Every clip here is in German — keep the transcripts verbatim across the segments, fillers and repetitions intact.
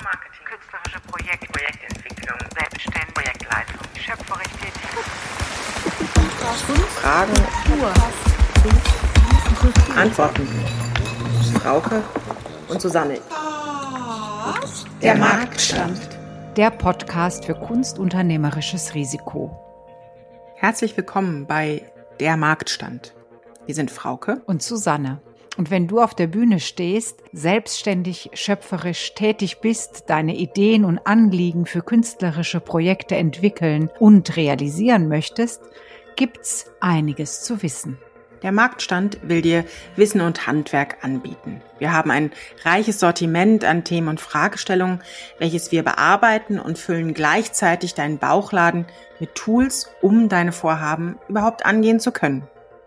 Kulturmarketing, künstlerische Projekte, Projektentwicklung, Selbstständigkeit, Projektleitung, schöpferisch tätig. Fragen, Antworten. Frauke und Susanne. Der Marktstand. Der Podcast für kunstunternehmerisches Risiko. Herzlich willkommen bei Der Marktstand. Wir sind Frauke und Susanne. Und wenn du auf der Bühne stehst, selbstständig, schöpferisch tätig bist, deine Ideen und Anliegen für künstlerische Projekte entwickeln und realisieren möchtest, gibt's einiges zu wissen. Der Marktstand will dir Wissen und Handwerk anbieten. Wir haben ein reiches Sortiment an Themen und Fragestellungen, welches wir bearbeiten und füllen gleichzeitig deinen Bauchladen mit Tools, um deine Vorhaben überhaupt angehen zu können.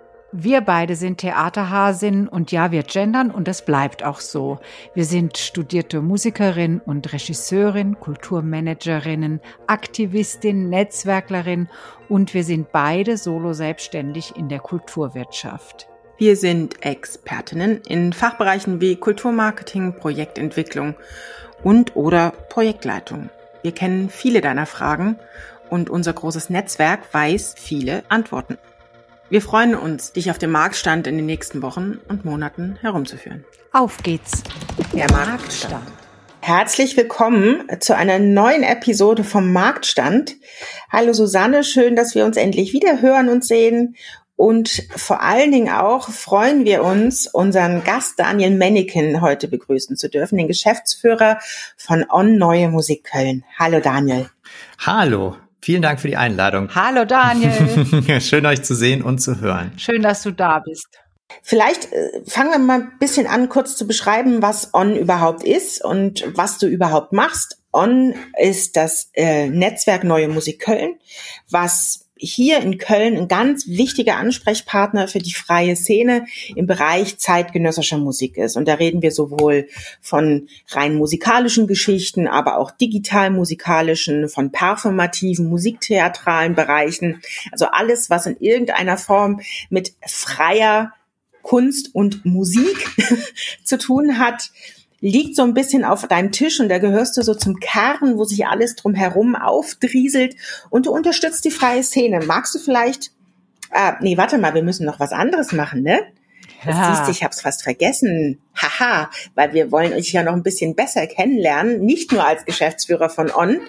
Wir beide sind Theaterhasinnen und ja, wir gendern und das bleibt auch so. Wir sind studierte Musikerin und Regisseurin, Kulturmanagerinnen, Aktivistin, Netzwerklerin und wir sind beide solo selbstständig in der Kulturwirtschaft. Wir sind Expertinnen in Fachbereichen wie Kulturmarketing, Projektentwicklung und oder Projektleitung. Wir kennen viele deiner Fragen und unser großes Netzwerk weiß viele Antworten. Wir freuen uns, dich auf dem Marktstand in den nächsten Wochen und Monaten herumzuführen. Auf geht's! Der Marktstand. Herzlich willkommen zu einer neuen Episode vom Marktstand. Hallo Susanne, schön, dass wir uns endlich wieder hören und sehen. Und vor allen Dingen auch freuen wir uns, unseren Gast Daniel Menneken heute begrüßen zu dürfen, den Geschäftsführer von On Neue Musik Köln. Hallo Daniel. Hallo. Vielen Dank für die Einladung. Hallo Daniel. Schön euch zu sehen und zu hören. Schön, dass du da bist. Vielleicht äh, fangen wir mal ein bisschen an, kurz zu beschreiben, was On überhaupt ist und was du überhaupt machst. On ist das äh, Netzwerk Neue Musik Köln, was hier in Köln ein ganz wichtiger Ansprechpartner für die freie Szene im Bereich zeitgenössischer Musik ist. Und da reden wir sowohl von rein musikalischen Geschichten, aber auch digital musikalischen, von performativen, musiktheatralen Bereichen. Also alles, was in irgendeiner Form mit freier Kunst und Musik zu tun hat, liegt so ein bisschen auf deinem Tisch und da gehörst du so zum Kern, wo sich alles drumherum aufdrieselt und du unterstützt die freie Szene. Magst du vielleicht, ah, nee, warte mal, wir müssen noch was anderes machen, ne? Das Ja. siehst du, ich hab's fast vergessen. Haha, weil wir wollen euch ja noch ein bisschen besser kennenlernen, nicht nur als Geschäftsführer von On,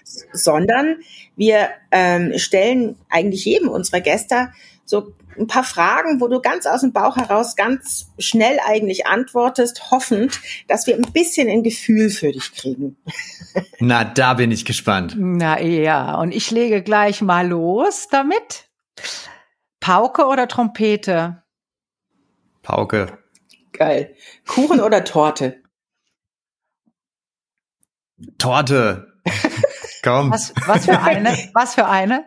sondern wir ähm, stellen eigentlich jedem unserer Gäste so ein paar Fragen, wo du ganz aus dem Bauch heraus ganz schnell eigentlich antwortest, hoffend, dass wir ein bisschen ein Gefühl für dich kriegen. Na, da bin ich gespannt. Na ja, und ich lege gleich mal los damit. Pauke oder Trompete? Pauke. Geil. Kuchen oder Torte? Torte. Komm. Was, was für eine? Was für eine?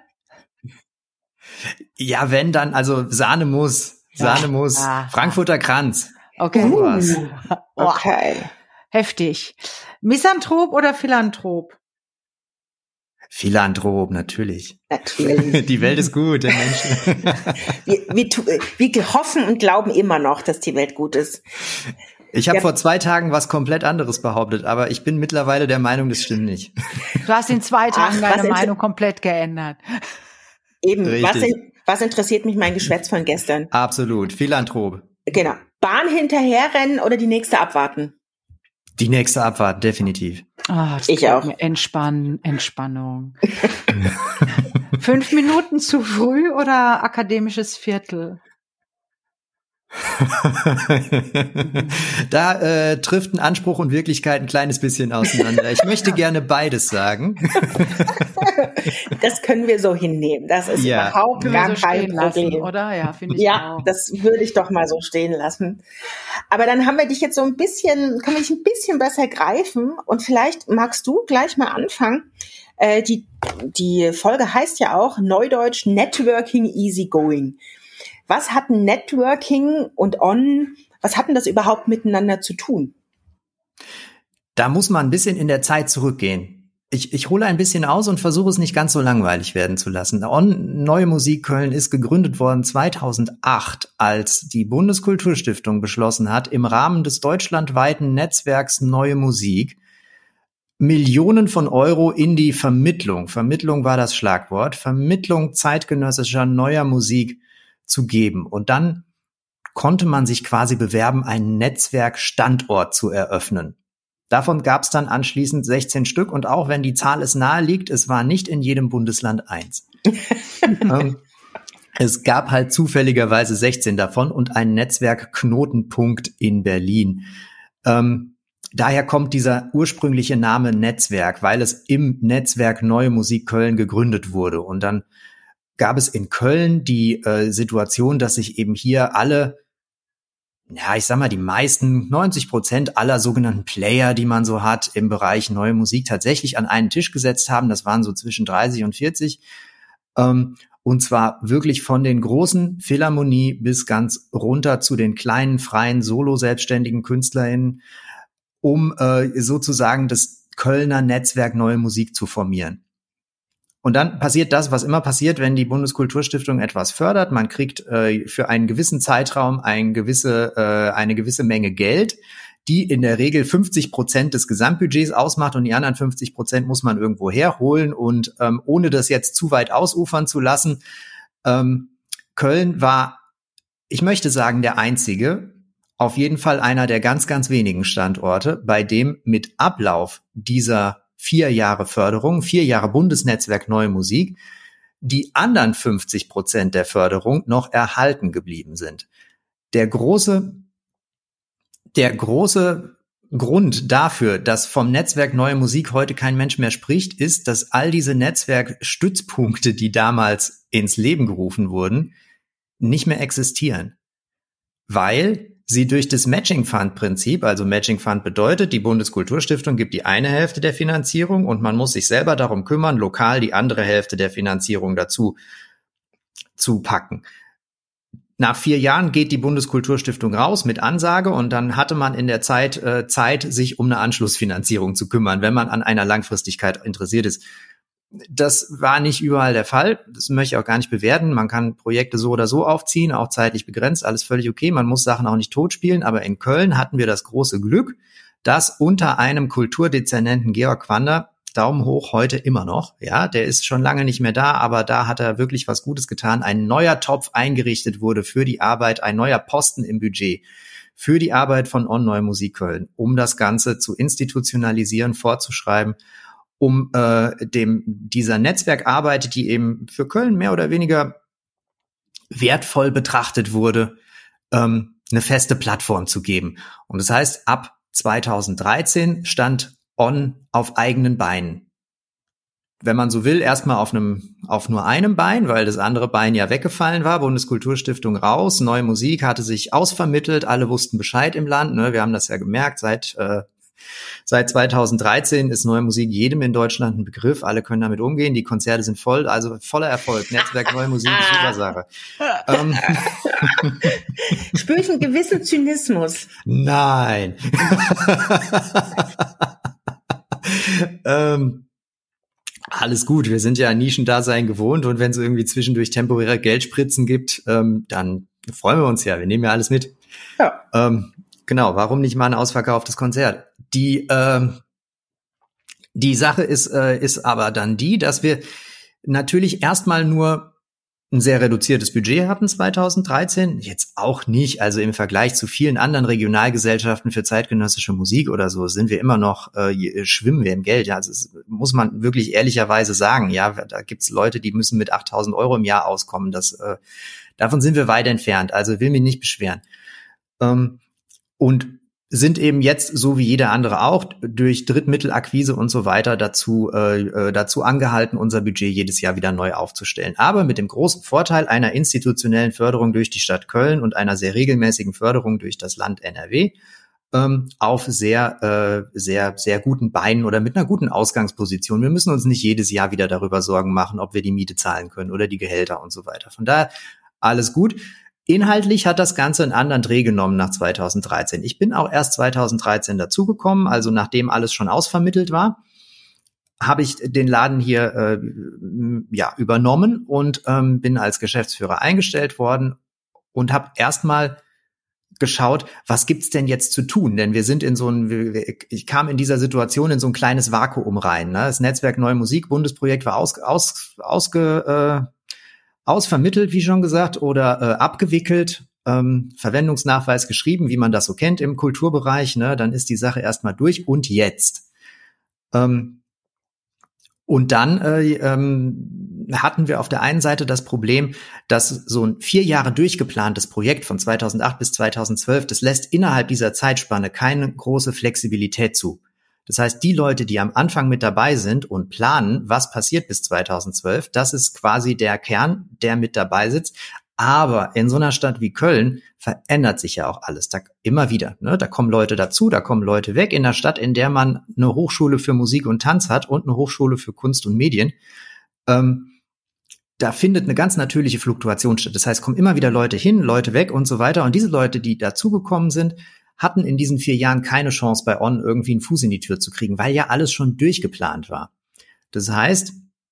Ja, wenn dann, also Sahne muss. Sahne muss. Ah. Frankfurter Kranz. Okay. Was? Okay. Heftig. Misanthrop oder Philanthrop? Philanthrop, natürlich. Natürlich. Die Welt ist gut, der Mensch. Wir, wir, tu- wir hoffen und glauben immer noch, dass die Welt gut ist. Ich habe Ja. vor zwei Tagen was komplett anderes behauptet, aber ich bin mittlerweile der Meinung, das stimmt nicht. Du hast in zwei Tagen Ach, was deine inter- Meinung komplett geändert. Eben, was, Richtig. in, was interessiert mich mein Geschwätz von gestern? Absolut. Philanthrop. Genau. Bahn hinterherrennen oder die nächste abwarten? Die nächste Abfahrt, definitiv. Ah, das Ich gibt auch. mir Entspann, Entspannung. Fünf Minuten zu früh oder akademisches Viertel? Da äh, trifft ein Anspruch und Wirklichkeit ein kleines bisschen auseinander. Ich möchte gerne beides sagen. Das können wir so hinnehmen. Das ist Ja. überhaupt Können wir gar so kein stehen lassen, Problem. oder? Ja, finde ich Ja, auch. das würde ich doch mal so stehen lassen. Aber dann haben wir dich jetzt so ein bisschen, können wir dich ein bisschen besser greifen und vielleicht magst du gleich mal anfangen. Äh, die, die Folge heißt ja auch Neudeutsch Networking Easy Going. Was hatten Networking und On, was hatten das überhaupt miteinander zu tun? Da muss man ein bisschen in der Zeit zurückgehen. Ich, ich hole ein bisschen aus und versuche es nicht ganz so langweilig werden zu lassen. On Neue Musik Köln ist gegründet worden zweitausendacht, als die Bundeskulturstiftung beschlossen hat, im Rahmen des deutschlandweiten Netzwerks Neue Musik Millionen von Euro in die Vermittlung, Vermittlung war das Schlagwort, Vermittlung zeitgenössischer neuer Musik zu geben. Und dann konnte man sich quasi bewerben, einen Netzwerkstandort zu eröffnen. Davon gab es dann anschließend sechzehn Stück. Und auch wenn die Zahl es nahe liegt, es war nicht in jedem Bundesland eins. ähm, es gab halt zufälligerweise sechzehn davon und einen Netzwerkknotenpunkt in Berlin. Ähm, Daher kommt dieser ursprüngliche Name Netzwerk, weil es im Netzwerk Neue Musik Köln gegründet wurde. Und dann gab es in Köln die äh, Situation, dass sich eben hier alle, ja, ich sag mal, die meisten, neunzig Prozent aller sogenannten Player, die man so hat im Bereich Neue Musik, tatsächlich an einen Tisch gesetzt haben. Das waren so zwischen dreißig und vierzig. Ähm, und zwar wirklich von den großen Philharmonie bis ganz runter zu den kleinen, freien, solo-selbstständigen KünstlerInnen, um äh, sozusagen das Kölner Netzwerk Neue Musik zu formieren. Und dann passiert das, was immer passiert, wenn die Bundeskulturstiftung etwas fördert. Man kriegt äh, für einen gewissen Zeitraum ein gewisse, äh, eine gewisse Menge Geld, die in der Regel fünfzig Prozent des Gesamtbudgets ausmacht und die anderen fünfzig Prozent muss man irgendwo herholen. Und ähm, ohne das jetzt zu weit ausufern zu lassen, ähm, Köln war, ich möchte sagen, der einzige, auf jeden Fall einer der ganz, ganz wenigen Standorte, bei dem mit Ablauf dieser vier Jahre Förderung, vier Jahre Bundesnetzwerk Neue Musik, die anderen fünfzig Prozent der Förderung noch erhalten geblieben sind. Der große, der große Grund dafür, dass vom Netzwerk Neue Musik heute kein Mensch mehr spricht, ist, dass all diese Netzwerkstützpunkte, die damals ins Leben gerufen wurden, nicht mehr existieren. Weil sie durch das Matching Fund Prinzip, also Matching Fund bedeutet, die Bundeskulturstiftung gibt die eine Hälfte der Finanzierung und man muss sich selber darum kümmern, lokal die andere Hälfte der Finanzierung dazu zu packen. Nach vier Jahren geht die Bundeskulturstiftung raus mit Ansage und dann hatte man in der Zeit äh, Zeit, sich um eine Anschlussfinanzierung zu kümmern, wenn man an einer Langfristigkeit interessiert ist. Das war nicht überall der Fall. Das möchte ich auch gar nicht bewerten. Man kann Projekte so oder so aufziehen, auch zeitlich begrenzt, alles völlig okay. Man muss Sachen auch nicht totspielen. Aber in Köln hatten wir das große Glück, dass unter einem Kulturdezernenten Georg Quander, Daumen hoch heute immer noch, ja, der ist schon lange nicht mehr da, aber da hat er wirklich was Gutes getan, ein neuer Topf eingerichtet wurde für die Arbeit, ein neuer Posten im Budget für die Arbeit von On Neue Musik Köln, um das Ganze zu institutionalisieren, vorzuschreiben, um äh, dem dieser Netzwerkarbeit, die eben für Köln mehr oder weniger wertvoll betrachtet wurde, ähm, eine feste Plattform zu geben. Und das heißt, ab zweitausenddreizehn stand On auf eigenen Beinen. Wenn man so will, erstmal auf einem, auf nur einem Bein, weil das andere Bein ja weggefallen war, Bundeskulturstiftung raus, Neue Musik hatte sich ausvermittelt, alle wussten Bescheid im Land, ne? Wir haben das ja gemerkt, seit äh, Seit zweitausenddreizehn ist Neue Musik jedem in Deutschland ein Begriff. Alle können damit umgehen. Die Konzerte sind voll, also voller Erfolg. Netzwerk Neue Musik, super Sache. ähm. Spüre ich einen gewissen Zynismus? Nein. ähm. Alles gut, wir sind ja ein Nischendasein gewohnt und wenn es irgendwie zwischendurch temporäre Geldspritzen gibt, ähm, dann freuen wir uns ja. Wir nehmen ja alles mit. Ja. Ähm, genau, warum nicht mal ein ausverkauftes Konzert? Die äh, die Sache ist äh, ist aber dann die, dass wir natürlich erstmal nur ein sehr reduziertes Budget hatten zweitausenddreizehn, jetzt auch nicht, also im Vergleich zu vielen anderen Regionalgesellschaften für zeitgenössische Musik oder so sind wir immer noch, äh, schwimmen wir im Geld, ja, also das muss man wirklich ehrlicherweise sagen, ja, da gibt's Leute, die müssen mit achttausend Euro im Jahr auskommen, das äh, davon sind wir weit entfernt, also will mich nicht beschweren. Ähm, und sind eben jetzt, so wie jeder andere auch, durch Drittmittelakquise und so weiter dazu äh, dazu angehalten, unser Budget jedes Jahr wieder neu aufzustellen. Aber mit dem großen Vorteil einer institutionellen Förderung durch die Stadt Köln und einer sehr regelmäßigen Förderung durch das Land N R W ähm, auf sehr, äh, sehr, sehr guten Beinen oder mit einer guten Ausgangsposition. Wir müssen uns nicht jedes Jahr wieder darüber Sorgen machen, ob wir die Miete zahlen können oder die Gehälter und so weiter. Von daher alles gut. Inhaltlich hat das Ganze einen anderen Dreh genommen nach zweitausenddreizehn. Ich bin auch erst zweitausenddreizehn dazugekommen, also nachdem alles schon ausvermittelt war, habe ich den Laden hier äh, ja übernommen und ähm, bin als Geschäftsführer eingestellt worden und habe erstmal geschaut, was gibt's denn jetzt zu tun? Denn wir sind in so ein, ich kam in dieser Situation in so ein kleines Vakuum rein. Ne? Das Netzwerk Neue Musik Bundesprojekt war aus, aus, ausge, äh, ausvermittelt, wie schon gesagt, oder äh, abgewickelt, ähm, Verwendungsnachweis geschrieben, wie man das so kennt im Kulturbereich. Ne? Dann ist die Sache erstmal durch. Und jetzt? Ähm, Und dann äh, ähm, hatten wir auf der einen Seite das Problem, dass so ein vier Jahre durchgeplantes Projekt von zweitausendacht bis zweitausendzwölf, das lässt innerhalb dieser Zeitspanne keine große Flexibilität zu. Das heißt, die Leute, die am Anfang mit dabei sind und planen, was passiert bis zweitausendzwölf, das ist quasi der Kern, der mit dabei sitzt. Aber in so einer Stadt wie Köln verändert sich ja auch alles. Da immer wieder. Ne? Da kommen Leute dazu, da kommen Leute weg. In einer Stadt, in der man eine Hochschule für Musik und Tanz hat und eine Hochschule für Kunst und Medien, ähm, da findet eine ganz natürliche Fluktuation statt. Das heißt, kommen immer wieder Leute hin, Leute weg und so weiter. Und diese Leute, die dazugekommen sind, hatten in diesen vier Jahren keine Chance, bei On irgendwie einen Fuß in die Tür zu kriegen, weil ja alles schon durchgeplant war. Das heißt,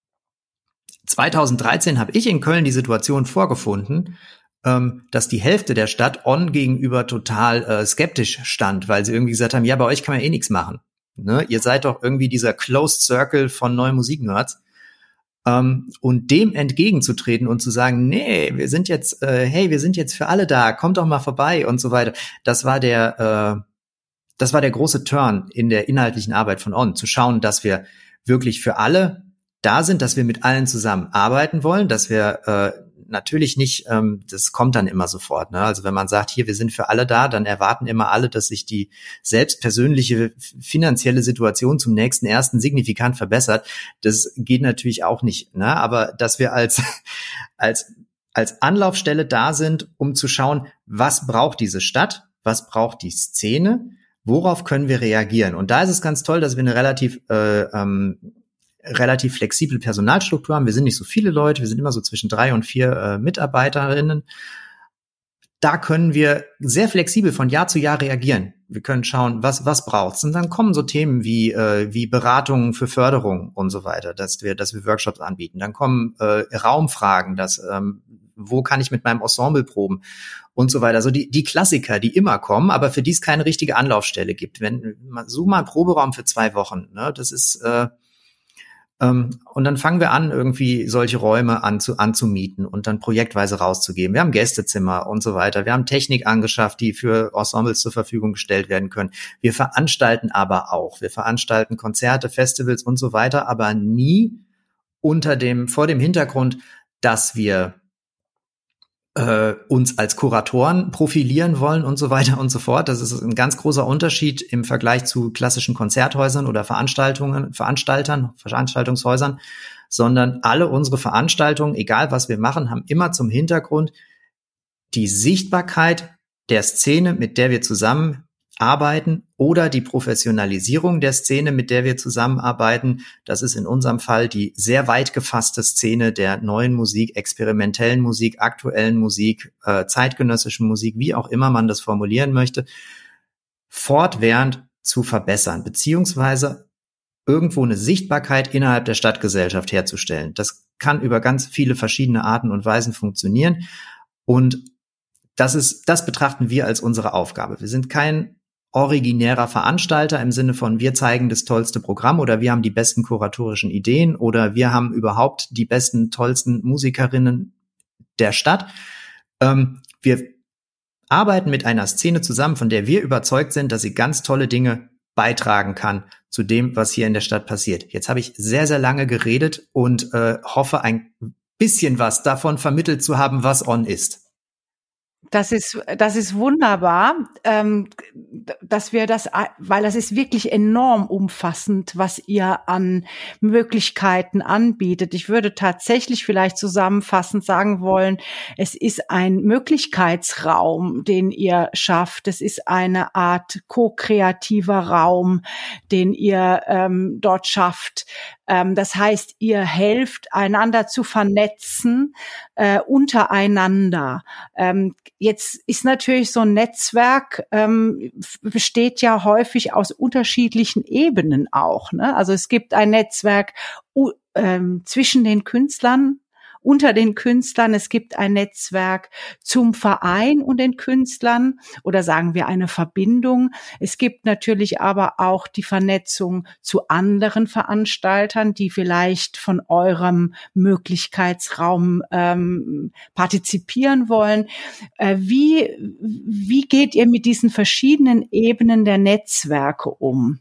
zweitausenddreizehn habe ich in Köln die Situation vorgefunden, ähm, dass die Hälfte der Stadt On gegenüber total äh, skeptisch stand, weil sie irgendwie gesagt haben, ja, bei euch kann man eh nichts machen. Ne? Ihr seid doch irgendwie dieser Closed Circle von Neue Musik-Nerds. Ähm, und dem entgegenzutreten und zu sagen, nee, wir sind jetzt, äh, hey, wir sind jetzt für alle da, kommt doch mal vorbei und so weiter. Das war der, äh, das war der große Turn in der inhaltlichen Arbeit von On, zu schauen, dass wir wirklich für alle da sind, dass wir mit allen zusammen arbeiten wollen, dass wir äh, natürlich nicht, ähm, das kommt dann immer sofort. Ne? Also wenn man sagt, hier, wir sind für alle da, dann erwarten immer alle, dass sich die selbst persönliche finanzielle Situation zum nächsten ersten signifikant verbessert. Das geht natürlich auch nicht. Ne? Aber dass wir als als als Anlaufstelle da sind, um zu schauen, was braucht diese Stadt, was braucht die Szene, worauf können wir reagieren? Und da ist es ganz toll, dass wir eine relativ äh, ähm, relativ flexible Personalstruktur haben. Wir sind nicht so viele Leute, wir sind immer so zwischen drei und vier äh, Mitarbeiterinnen. Da können wir sehr flexibel von Jahr zu Jahr reagieren. Wir können schauen, was was braucht's. Und dann kommen so Themen wie äh, wie Beratungen für Förderung und so weiter, dass wir dass wir Workshops anbieten. Dann kommen äh, Raumfragen, dass ähm, wo kann ich mit meinem Ensemble proben und so weiter. Also die die Klassiker, die immer kommen, aber für die es keine richtige Anlaufstelle gibt. Wenn man such mal einen Proberaum für zwei Wochen, ne, das ist äh, Um, und dann fangen wir an, irgendwie solche Räume anzu, anzumieten und dann projektweise rauszugeben. Wir haben Gästezimmer und so weiter. Wir haben Technik angeschafft, die für Ensembles zur Verfügung gestellt werden können. Wir veranstalten aber auch. Wir veranstalten Konzerte, Festivals und so weiter, aber nie unter dem, vor dem Hintergrund, dass wir äh, uns als Kuratoren profilieren wollen und so weiter und so fort. Das ist ein ganz großer Unterschied im Vergleich zu klassischen Konzerthäusern oder Veranstaltungen, Veranstaltern, Veranstaltungshäusern, sondern alle unsere Veranstaltungen, egal was wir machen, haben immer zum Hintergrund die Sichtbarkeit der Szene, mit der wir zusammenarbeiten, oder die Professionalisierung der Szene, mit der wir zusammenarbeiten. Das ist in unserem Fall die sehr weit gefasste Szene der neuen Musik, experimentellen Musik, aktuellen Musik, äh, zeitgenössischen Musik, wie auch immer man das formulieren möchte, fortwährend zu verbessern, beziehungsweise irgendwo eine Sichtbarkeit innerhalb der Stadtgesellschaft herzustellen. Das kann über ganz viele verschiedene Arten und Weisen funktionieren. Und das ist, das betrachten wir als unsere Aufgabe. Wir sind kein originärer Veranstalter im Sinne von, wir zeigen das tollste Programm oder wir haben die besten kuratorischen Ideen oder wir haben überhaupt die besten, tollsten Musikerinnen der Stadt. Ähm, wir arbeiten mit einer Szene zusammen, von der wir überzeugt sind, dass sie ganz tolle Dinge beitragen kann zu dem, was hier in der Stadt passiert. Jetzt habe ich sehr, sehr lange geredet und äh, hoffe, ein bisschen was davon vermittelt zu haben, was On ist. Das ist, das ist wunderbar, ähm, dass wir das, weil das ist wirklich enorm umfassend, was ihr an Möglichkeiten anbietet. Ich würde tatsächlich vielleicht zusammenfassend sagen wollen, es ist ein Möglichkeitsraum, den ihr schafft. Es ist eine Art ko-kreativer Raum, den ihr ähm, dort schafft. Ähm, das heißt, ihr helft einander zu vernetzen äh, untereinander. Ähm, jetzt ist natürlich so ein Netzwerk ähm, besteht ja häufig aus unterschiedlichen Ebenen auch. Ne? Also es gibt ein Netzwerk uh, ähm, zwischen den Künstlern unter den Künstlern, es gibt ein Netzwerk zum Verein und den Künstlern oder sagen wir eine Verbindung. Es gibt natürlich aber auch die Vernetzung zu anderen Veranstaltern, die vielleicht von eurem Möglichkeitsraum ähm, partizipieren wollen. Äh, wie, wie geht ihr mit diesen verschiedenen Ebenen der Netzwerke um?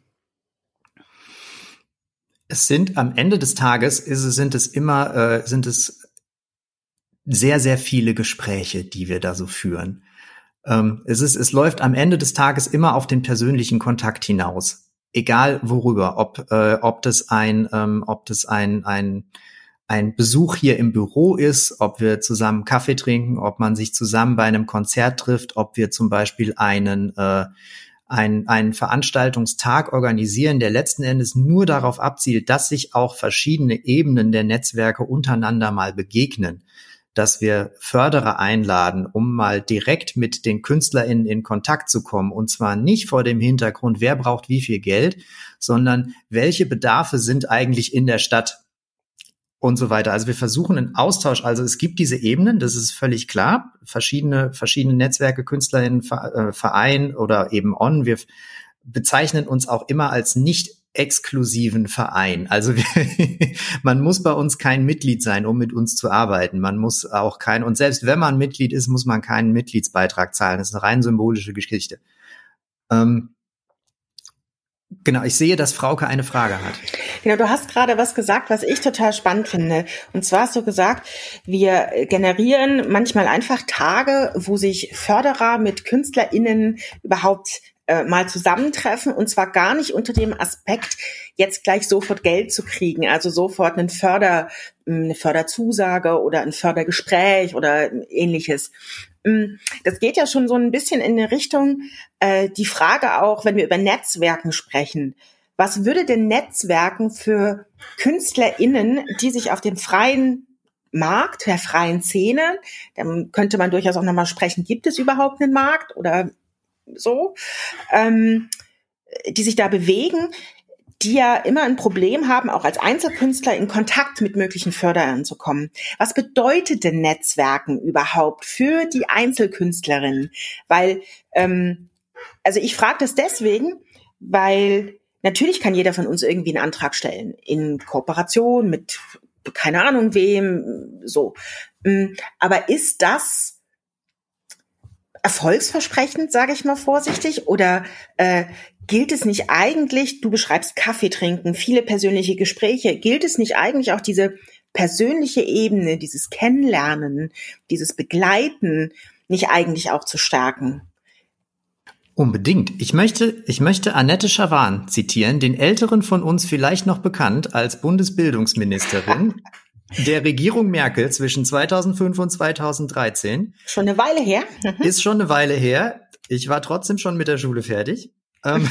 Es sind am Ende des Tages ist es, sind es immer äh, sind es sehr sehr viele Gespräche, die wir da so führen. Ähm, es ist es läuft am Ende des Tages immer auf den persönlichen Kontakt hinaus, egal worüber, ob äh, ob das ein ähm, ob das ein ein ein Besuch hier im Büro ist, ob wir zusammen Kaffee trinken, ob man sich zusammen bei einem Konzert trifft, ob wir zum Beispiel einen äh, Ein, einen Veranstaltungstag organisieren, der letzten Endes nur darauf abzielt, dass sich auch verschiedene Ebenen der Netzwerke untereinander mal begegnen, dass wir Förderer einladen, um mal direkt mit den KünstlerInnen in Kontakt zu kommen, und zwar nicht vor dem Hintergrund, wer braucht wie viel Geld, sondern welche Bedarfe sind eigentlich in der Stadt und so weiter. Also wir versuchen einen Austausch, also es gibt diese Ebenen, das ist völlig klar, verschiedene verschiedene Netzwerke, KünstlerInnen, Verein oder eben On. Wir bezeichnen uns auch immer als nicht exklusiven Verein. Also wir, man muss bei uns kein Mitglied sein, um mit uns zu arbeiten. Man muss auch kein, und selbst wenn man Mitglied ist, muss man keinen Mitgliedsbeitrag zahlen. Das ist eine rein symbolische Geschichte. Ähm, Genau, ich sehe, dass Frauke eine Frage hat. Genau, du hast gerade was gesagt, was ich total spannend finde. Und zwar hast du gesagt, wir generieren manchmal einfach Tage, wo sich Förderer mit KünstlerInnen überhaupt äh, mal zusammentreffen, und zwar gar nicht unter dem Aspekt, jetzt gleich sofort Geld zu kriegen, also sofort einen Förder, eine Förderzusage oder ein Fördergespräch oder ähnliches. Das geht ja schon so ein bisschen in eine Richtung, äh, die Frage auch, wenn wir über Netzwerken sprechen. Was würde denn Netzwerken für KünstlerInnen, die sich auf dem freien Markt, der freien Szene, dann könnte man durchaus auch nochmal sprechen, gibt es überhaupt einen Markt oder so, ähm, die sich da bewegen, die ja immer ein Problem haben, auch als Einzelkünstler in Kontakt mit möglichen Förderern zu kommen. Was bedeutet denn Netzwerken überhaupt für die Einzelkünstlerin? Weil, ähm, also ich frage das deswegen, weil natürlich kann jeder von uns irgendwie einen Antrag stellen, in Kooperation mit keine Ahnung wem, so. Aber ist das erfolgsversprechend, sage ich mal vorsichtig, oder äh, gilt es nicht eigentlich, du beschreibst Kaffee trinken, viele persönliche Gespräche, gilt es nicht eigentlich auch diese persönliche Ebene, dieses Kennenlernen, dieses Begleiten nicht eigentlich auch zu stärken? Unbedingt. Ich möchte, ich möchte Annette Schavan zitieren, den Älteren von uns vielleicht noch bekannt als Bundesbildungsministerin der Regierung Merkel zwischen zweitausendfünf und zweitausenddreizehn. Schon eine Weile her. Ist schon eine Weile her. Ich war trotzdem schon mit der Schule fertig. ähm,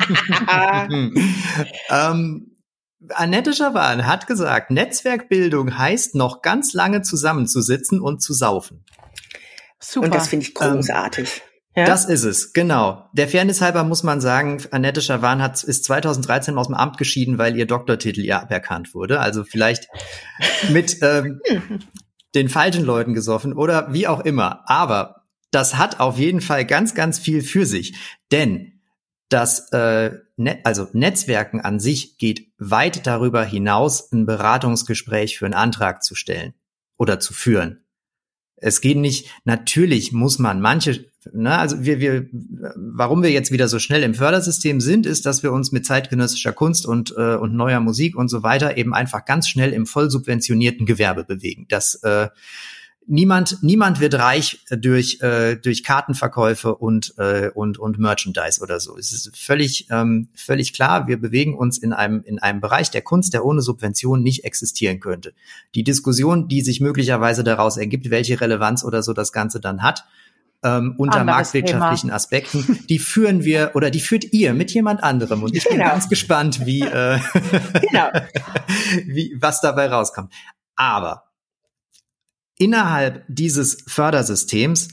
ähm, Annette Schavan hat gesagt, Netzwerkbildung heißt, noch ganz lange zusammenzusitzen und zu saufen. Super. Und das finde ich großartig. Ähm, Ja? Das ist es, genau. Der Fairness halber muss man sagen, Annette Schavan hat, ist zweitausenddreizehn aus dem Amt geschieden, weil ihr Doktortitel ihr aberkannt wurde. Also vielleicht mit ähm, den falschen Leuten gesoffen oder wie auch immer. Aber das hat auf jeden Fall ganz, ganz viel für sich. Denn das, äh, Net, also Netzwerken an sich geht weit darüber hinaus, ein Beratungsgespräch für einen Antrag zu stellen oder zu führen. Es geht nicht, natürlich muss man manche, ne, also wir, wir, warum wir jetzt wieder so schnell im Fördersystem sind, ist, dass wir uns mit zeitgenössischer Kunst und, äh, und neuer Musik und so weiter eben einfach ganz schnell im voll subventionierten Gewerbe bewegen. Das, äh, niemand, niemand wird reich durch, äh, durch Kartenverkäufe und, äh, und, und Merchandise oder so. Es ist völlig, ähm, völlig klar, wir bewegen uns in einem, in einem Bereich der Kunst, der ohne Subvention nicht existieren könnte. Die Diskussion, die sich möglicherweise daraus ergibt, welche Relevanz oder so das Ganze dann hat, ähm, unter Anderes marktwirtschaftlichen Thema. Aspekten, die führen wir oder die führt ihr mit jemand anderem. Und ich bin Genau. ganz gespannt, wie, äh, Genau. wie, was dabei rauskommt. Aber innerhalb dieses Fördersystems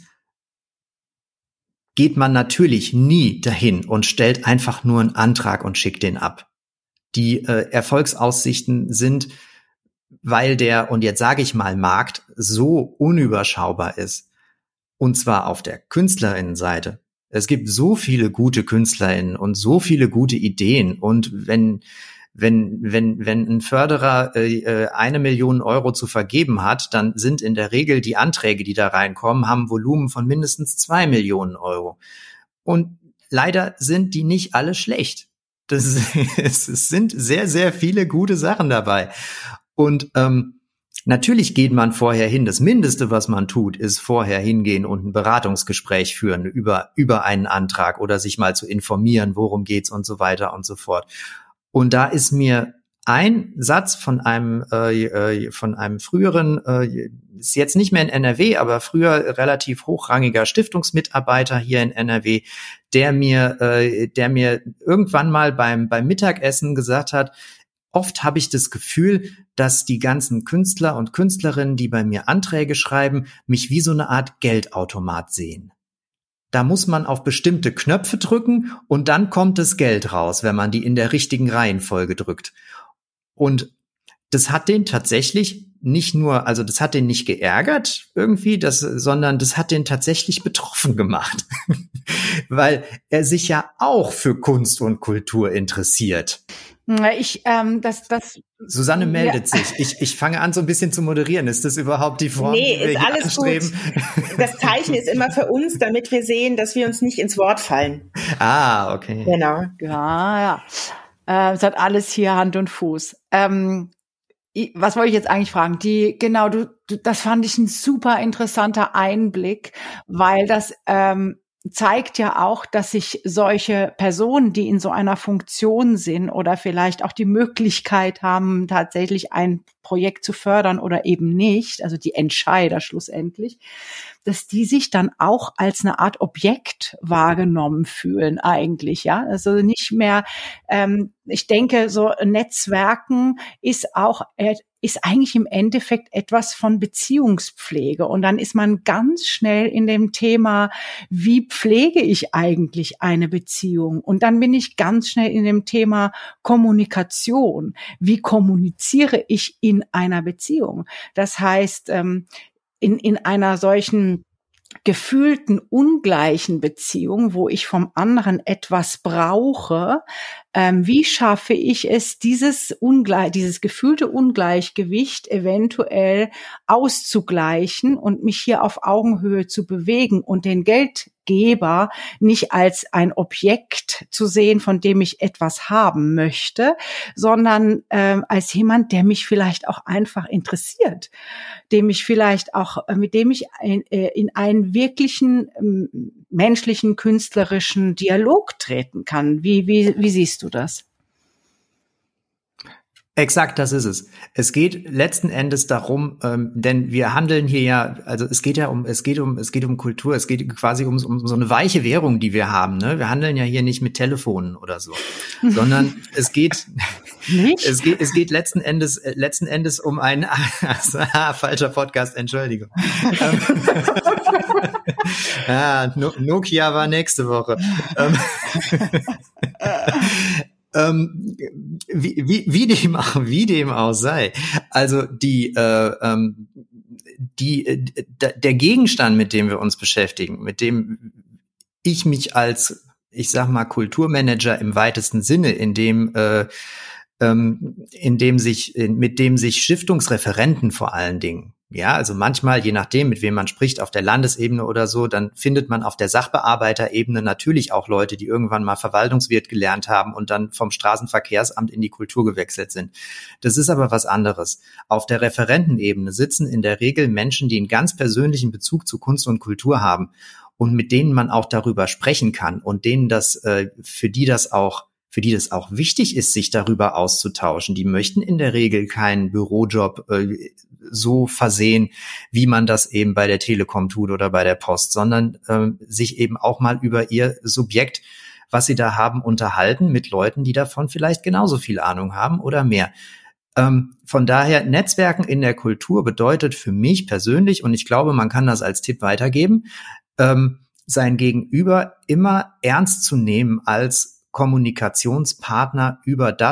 geht man natürlich nie dahin und stellt einfach nur einen Antrag und schickt den ab. Die äh, Erfolgsaussichten sind weil der, und jetzt sage ich mal, Markt so unüberschaubar ist. Und zwar auf der KünstlerInnenseite. Es gibt so viele gute KünstlerInnen und so viele gute Ideen. Und wenn, wenn, wenn, wenn ein Förderer äh, eine Million Euro zu vergeben hat, dann sind in der Regel die Anträge, die da reinkommen, haben ein Volumen von mindestens zwei Millionen Euro. Und leider sind die nicht alle schlecht. Das ist, es sind sehr, sehr viele gute Sachen dabei. Und ähm, natürlich geht man vorher hin. Das Mindeste, was man tut, ist vorher hingehen und ein Beratungsgespräch führen über über einen Antrag oder sich mal zu informieren, worum geht's und so weiter und so fort. Und da ist mir ein Satz von einem äh, von einem früheren, äh, ist jetzt nicht mehr in N R W, aber früher relativ hochrangiger Stiftungsmitarbeiter hier in N R W, der mir äh, der mir irgendwann mal beim beim Mittagessen gesagt hat: Oft habe ich das Gefühl, dass die ganzen Künstler und Künstlerinnen, die bei mir Anträge schreiben, mich wie so eine Art Geldautomat sehen. Da muss man auf bestimmte Knöpfe drücken und dann kommt das Geld raus, wenn man die in der richtigen Reihenfolge drückt. Und das hat den tatsächlich nicht nur, also das hat den nicht geärgert irgendwie, das, sondern das hat den tatsächlich betroffen gemacht, weil er sich ja auch für Kunst und Kultur interessiert. Ich, ähm, das, das. Susanne meldet ja. sich. Ich, ich fange an, so ein bisschen zu moderieren. Ist das überhaupt die Form, nee, die wir ist hier alles anstreben? Gut. Das Zeichen ist immer für uns, damit wir sehen, dass wir uns nicht ins Wort fallen. Ah, okay. Genau. Ja, ja. Äh, es hat alles hier Hand und Fuß. Ähm, was wollte ich jetzt eigentlich fragen? Die, genau, du, du, das fand ich ein super interessanter Einblick, weil das, ähm, zeigt ja auch, dass sich solche Personen, die in so einer Funktion sind oder vielleicht auch die Möglichkeit haben, tatsächlich ein Projekt zu fördern oder eben nicht, also die Entscheider schlussendlich, dass die sich dann auch als eine Art Objekt wahrgenommen fühlen eigentlich, ja, also nicht mehr, ähm, ich denke, so Netzwerken ist auch ist eigentlich im Endeffekt etwas von Beziehungspflege. Und dann ist man ganz schnell in dem Thema, wie pflege ich eigentlich eine Beziehung? Und dann bin ich ganz schnell in dem Thema Kommunikation. Wie kommuniziere ich in einer Beziehung? Das heißt, in, in einer solchen gefühlten ungleichen Beziehung, wo ich vom anderen etwas brauche, ähm, wie schaffe ich es, dieses Ungleich, dieses gefühlte Ungleichgewicht eventuell auszugleichen und mich hier auf Augenhöhe zu bewegen und den Geldgeber nicht als ein Objekt zu sehen, von dem ich etwas haben möchte, sondern ähm, als jemand, der mich vielleicht auch einfach interessiert, dem ich vielleicht auch, mit dem ich in, in einen wirklichen ähm, menschlichen, künstlerischen Dialog treten kann. Wie, wie, wie siehst du das? Exakt, das ist es. Es geht letzten Endes darum, ähm, denn wir handeln hier ja, also es geht ja um, es geht um, es geht um Kultur, es geht quasi um, um so eine weiche Währung, die wir haben. Ne? Wir handeln ja hier nicht mit Telefonen oder so, sondern es geht, es geht, es geht letzten Endes, äh, letzten Endes um ein also, ah, falscher Podcast, Entschuldigung. ah, no, Nokia war nächste Woche. Ähm, wie, wie, wie dem auch, wie dem auch sei. Also die, äh, ähm, die, äh, der Gegenstand, mit dem wir uns beschäftigen, mit dem ich mich als, ich sag mal, Kulturmanager im weitesten Sinne, in dem, äh, ähm, in dem sich, in, mit dem sich Stiftungsreferenten vor allen Dingen, ja, also manchmal, je nachdem, mit wem man spricht, auf der Landesebene oder so, dann findet man auf der Sachbearbeiterebene natürlich auch Leute, die irgendwann mal Verwaltungswirt gelernt haben und dann vom Straßenverkehrsamt in die Kultur gewechselt sind. Das ist aber was anderes. Auf der Referentenebene sitzen in der Regel Menschen, die einen ganz persönlichen Bezug zu Kunst und Kultur haben und mit denen man auch darüber sprechen kann und denen das, äh, für die das auch für die das auch wichtig ist, sich darüber auszutauschen. Die möchten in der Regel keinen Bürojob äh, so versehen, wie man das eben bei der Telekom tut oder bei der Post, sondern äh, sich eben auch mal über ihr Subjekt, was sie da haben, unterhalten mit Leuten, die davon vielleicht genauso viel Ahnung haben oder mehr. Ähm, von daher, Netzwerken in der Kultur bedeutet für mich persönlich, und ich glaube, man kann das als Tipp weitergeben, ähm, sein Gegenüber immer ernst zu nehmen als Kommunikationspartner über das,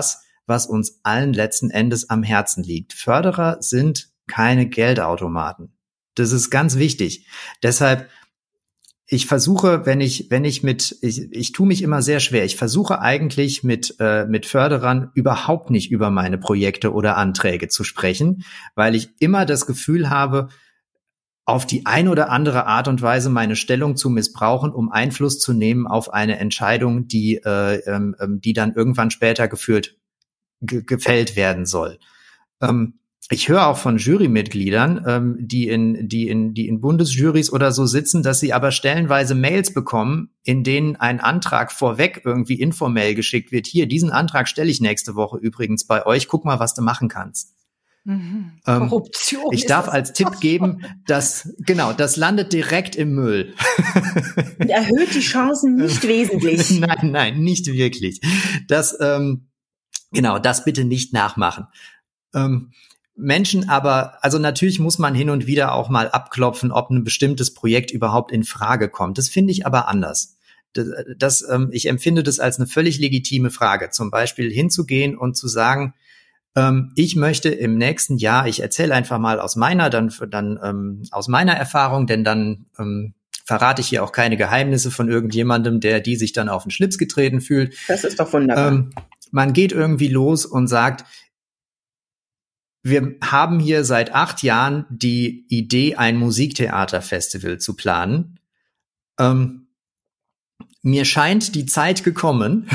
was uns allen letzten Endes am Herzen liegt. Förderer sind keine Geldautomaten. Das ist ganz wichtig. Deshalb, ich versuche, wenn ich, wenn ich mit, ich, ich tue mich immer sehr schwer. Ich versuche eigentlich mit, äh, mit Förderern überhaupt nicht über meine Projekte oder Anträge zu sprechen, weil ich immer das Gefühl habe, auf die eine oder andere Art und Weise meine Stellung zu missbrauchen, um Einfluss zu nehmen auf eine Entscheidung, die, äh, ähm, die dann irgendwann später geführt, ge- gefällt werden soll. Ähm, Ich höre auch von Jurymitgliedern, ähm, die in die in die in Bundesjurys oder so sitzen, dass sie aber stellenweise Mails bekommen, in denen ein Antrag vorweg irgendwie informell geschickt wird. Hier, diesen Antrag stelle ich nächste Woche übrigens bei euch. Guck mal, was du machen kannst. Mhm. Ähm, Korruption. Ich darf als Tipp geben, dass genau das landet direkt im Müll. Und erhöht die Chancen nicht wesentlich. Nein, nein, nicht wirklich. Das ähm, genau, das bitte nicht nachmachen. Ähm, Menschen aber, also natürlich muss man hin und wieder auch mal abklopfen, ob ein bestimmtes Projekt überhaupt in Frage kommt. Das finde ich aber anders. Das, das, ähm, ich empfinde das als eine völlig legitime Frage. Zum Beispiel hinzugehen und zu sagen, ähm, ich möchte im nächsten Jahr, ich erzähle einfach mal aus meiner, dann, dann ähm, aus meiner Erfahrung, denn dann ähm, verrate ich hier auch keine Geheimnisse von irgendjemandem, der die sich dann auf den Schlips getreten fühlt. Das ist doch wunderbar. Ähm, man geht irgendwie los und sagt, wir haben hier seit acht Jahren die Idee, ein Musiktheaterfestival zu planen. Ähm, mir scheint die Zeit gekommen.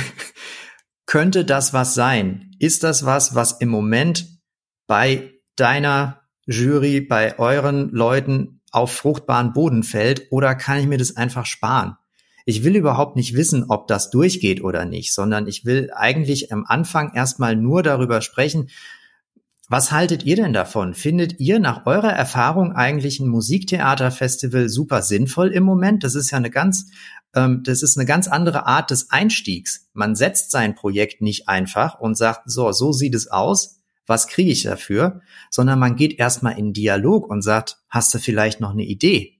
Könnte das was sein? Ist das was, was im Moment bei deiner Jury, bei euren Leuten auf fruchtbaren Boden fällt? Oder kann ich mir das einfach sparen? Ich will überhaupt nicht wissen, ob das durchgeht oder nicht, sondern ich will eigentlich am Anfang erstmal nur darüber sprechen, was haltet ihr denn davon? Findet ihr nach eurer Erfahrung eigentlich ein Musiktheaterfestival super sinnvoll im Moment? Das ist ja eine ganz, ähm, das ist eine ganz andere Art des Einstiegs. Man setzt sein Projekt nicht einfach und sagt, so, so sieht es aus. Was kriege ich dafür? Sondern man geht erstmal in Dialog und sagt, hast du vielleicht noch eine Idee?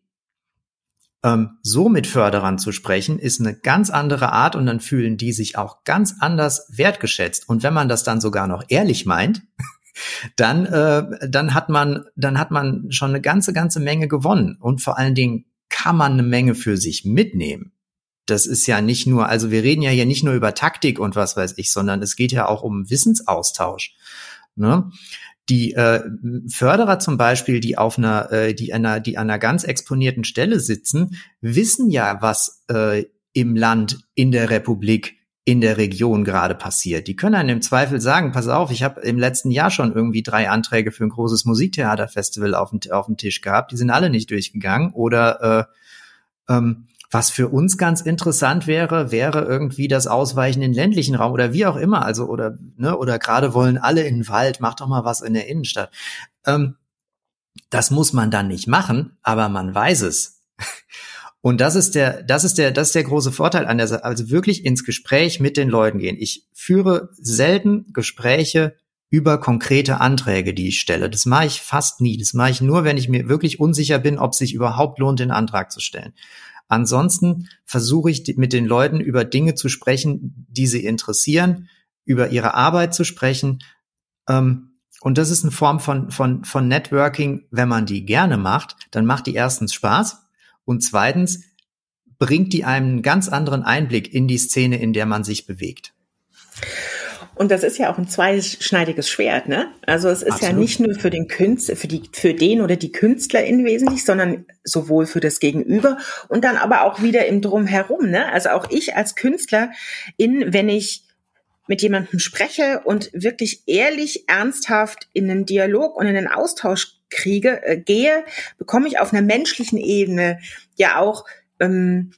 Ähm, so mit Förderern zu sprechen, ist eine ganz andere Art und dann fühlen die sich auch ganz anders wertgeschätzt. Und wenn man das dann sogar noch ehrlich meint, dann äh, dann hat man dann hat man schon eine ganze ganze Menge gewonnen und vor allen Dingen kann man eine Menge für sich mitnehmen. Das ist ja nicht nur, also wir reden ja hier nicht nur über Taktik und was weiß ich, sondern es geht ja auch um Wissensaustausch. Ne? Die äh, Förderer zum Beispiel, die auf einer äh, die an einer die an einer ganz exponierten Stelle sitzen, wissen ja, was äh, im Land, in der Republik, in der Region gerade passiert. Die können einem im Zweifel sagen, pass auf, ich habe im letzten Jahr schon irgendwie drei Anträge für ein großes Musiktheaterfestival auf dem, auf dem Tisch gehabt, die sind alle nicht durchgegangen. Oder äh, ähm, was für uns ganz interessant wäre, wäre irgendwie das Ausweichen in den ländlichen Raum oder wie auch immer. Also oder ne oder gerade wollen alle in den Wald, mach doch mal was in der Innenstadt. Ähm, das muss man dann nicht machen, aber man weiß es. Und das ist der, das ist der, das ist der große Vorteil an der Sache, also wirklich ins Gespräch mit den Leuten gehen. Ich führe selten Gespräche über konkrete Anträge, die ich stelle. Das mache ich fast nie. Das mache ich nur, wenn ich mir wirklich unsicher bin, ob es sich überhaupt lohnt, den Antrag zu stellen. Ansonsten versuche ich mit den Leuten über Dinge zu sprechen, die sie interessieren, über ihre Arbeit zu sprechen. Und das ist eine Form von, von, von Networking. Wenn man die gerne macht, dann macht die erstens Spaß. Und zweitens bringt die einem einen ganz anderen Einblick in die Szene, in der man sich bewegt. Und das ist ja auch ein zweischneidiges Schwert, ne? Also es ist Absolut. Ja nicht nur für den Künstler, für die, für den oder die KünstlerInnen wesentlich, sondern sowohl für das Gegenüber und dann aber auch wieder im Drumherum, ne? Also auch ich als Künstlerin, wenn ich mit jemandem spreche und wirklich ehrlich, ernsthaft in einen Dialog und in einen Austausch kriege, äh, gehe, bekomme ich auf einer menschlichen Ebene ja auch ähm,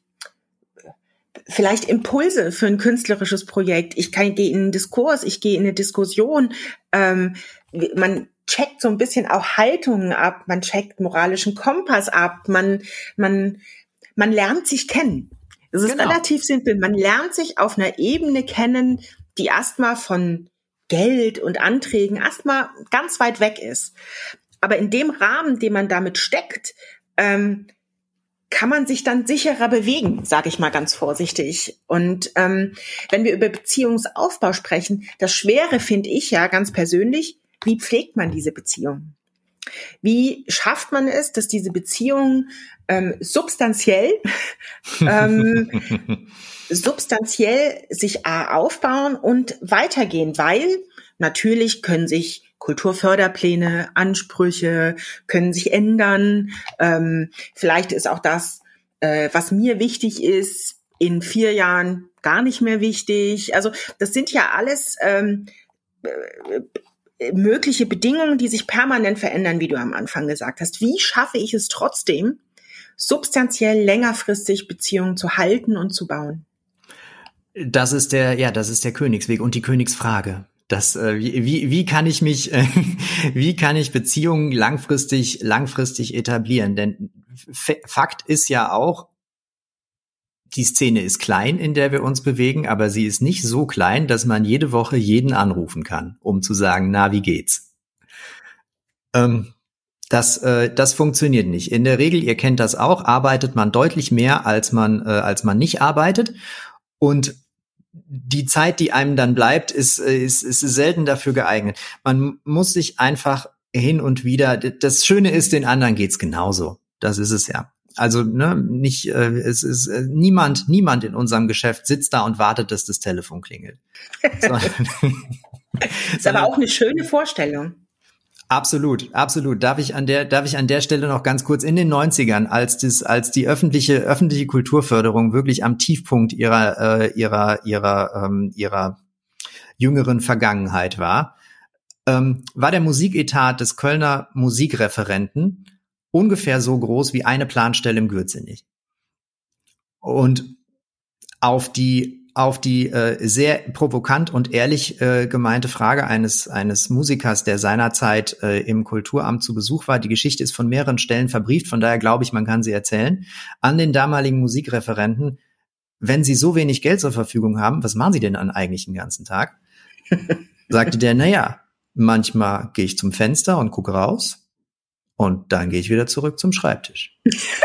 vielleicht Impulse für ein künstlerisches Projekt. Ich kann, gehe in einen Diskurs, ich gehe in eine Diskussion. Ähm, man checkt so ein bisschen auch Haltungen ab, man checkt moralischen Kompass ab, man man man lernt sich kennen. Es ist genau. relativ simpel. Man lernt sich auf einer Ebene kennen, die erstmal von Geld und Anträgen erstmal ganz weit weg ist. Aber in dem Rahmen, den man damit steckt, ähm, kann man sich dann sicherer bewegen, sage ich mal ganz vorsichtig. Und ähm, wenn wir über Beziehungsaufbau sprechen, das Schwere finde ich ja ganz persönlich, wie pflegt man diese Beziehung? Wie schafft man es, dass diese Beziehungen ähm, substanziell ähm, substanziell sich A, aufbauen und weitergehen? Weil natürlich können sich Kulturförderpläne, Ansprüche können sich ändern. Ähm, vielleicht ist auch das, äh, was mir wichtig ist, in vier Jahren gar nicht mehr wichtig. Also das sind ja alles ähm, äh, mögliche Bedingungen, die sich permanent verändern, wie du am Anfang gesagt hast. Wie schaffe ich es trotzdem, substanziell längerfristig Beziehungen zu halten und zu bauen? Das ist der, ja, das ist der Königsweg und die Königsfrage. Das, äh, wie, wie, wie kann ich mich, äh, wie kann ich Beziehungen langfristig, langfristig etablieren? Denn F- Fakt ist ja auch, die Szene ist klein, in der wir uns bewegen, aber sie ist nicht so klein, dass man jede Woche jeden anrufen kann, um zu sagen, na, wie geht's? Ähm, das, äh, das funktioniert nicht. In der Regel, ihr kennt das auch, arbeitet man deutlich mehr, als man, äh, als man nicht arbeitet. Und die Zeit, die einem dann bleibt, ist, ist, ist selten dafür geeignet. Man muss sich einfach hin und wieder, das Schöne ist, den anderen geht's genauso. Das ist es ja. Also, ne, nicht, äh, es ist äh, niemand, niemand in unserem Geschäft sitzt da und wartet, dass das Telefon klingelt. Das ist aber auch eine schöne Vorstellung. Absolut, absolut. Darf ich an der, darf ich an der Stelle noch ganz kurz in den neunzigern, als das, als die öffentliche, öffentliche Kulturförderung wirklich am Tiefpunkt ihrer, äh, ihrer, ihrer, ähm, ihrer jüngeren Vergangenheit war, ähm, war der Musiketat des Kölner Musikreferenten ungefähr so groß wie eine Planstelle im Gürzenich. Und auf die auf die äh, sehr provokant und ehrlich äh, gemeinte Frage eines eines Musikers, der seinerzeit äh, im Kulturamt zu Besuch war, die Geschichte ist von mehreren Stellen verbrieft, von daher glaube ich, man kann sie erzählen, an den damaligen Musikreferenten: Wenn Sie so wenig Geld zur Verfügung haben, was machen Sie denn dann eigentlich den ganzen Tag? Sagte der, naja, manchmal gehe ich zum Fenster und gucke raus und dann gehe ich wieder zurück zum Schreibtisch.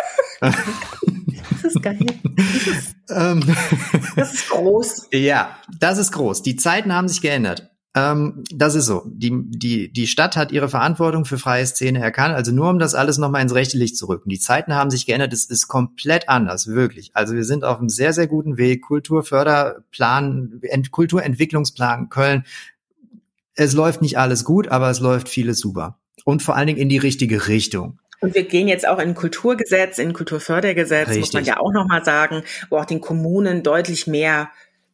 Das ist geil. Das ist, das ist groß. Ja, das ist groß. Die Zeiten haben sich geändert. Ähm, das ist so. Die, die, die Stadt hat ihre Verantwortung für freie Szene erkannt. Also nur um das alles nochmal ins rechte Licht zu rücken. Die Zeiten haben sich geändert. Es ist komplett anders, wirklich. Also wir sind auf einem sehr, sehr guten Weg. Kulturförderplan, Ent- Kulturentwicklungsplan Köln. Es läuft nicht alles gut, aber es läuft vieles super. Und vor allen Dingen in die richtige Richtung. Und wir gehen jetzt auch in ein Kulturgesetz, in ein Kulturfördergesetz, Richtig. Muss man ja auch nochmal sagen, wo auch den Kommunen deutlich mehr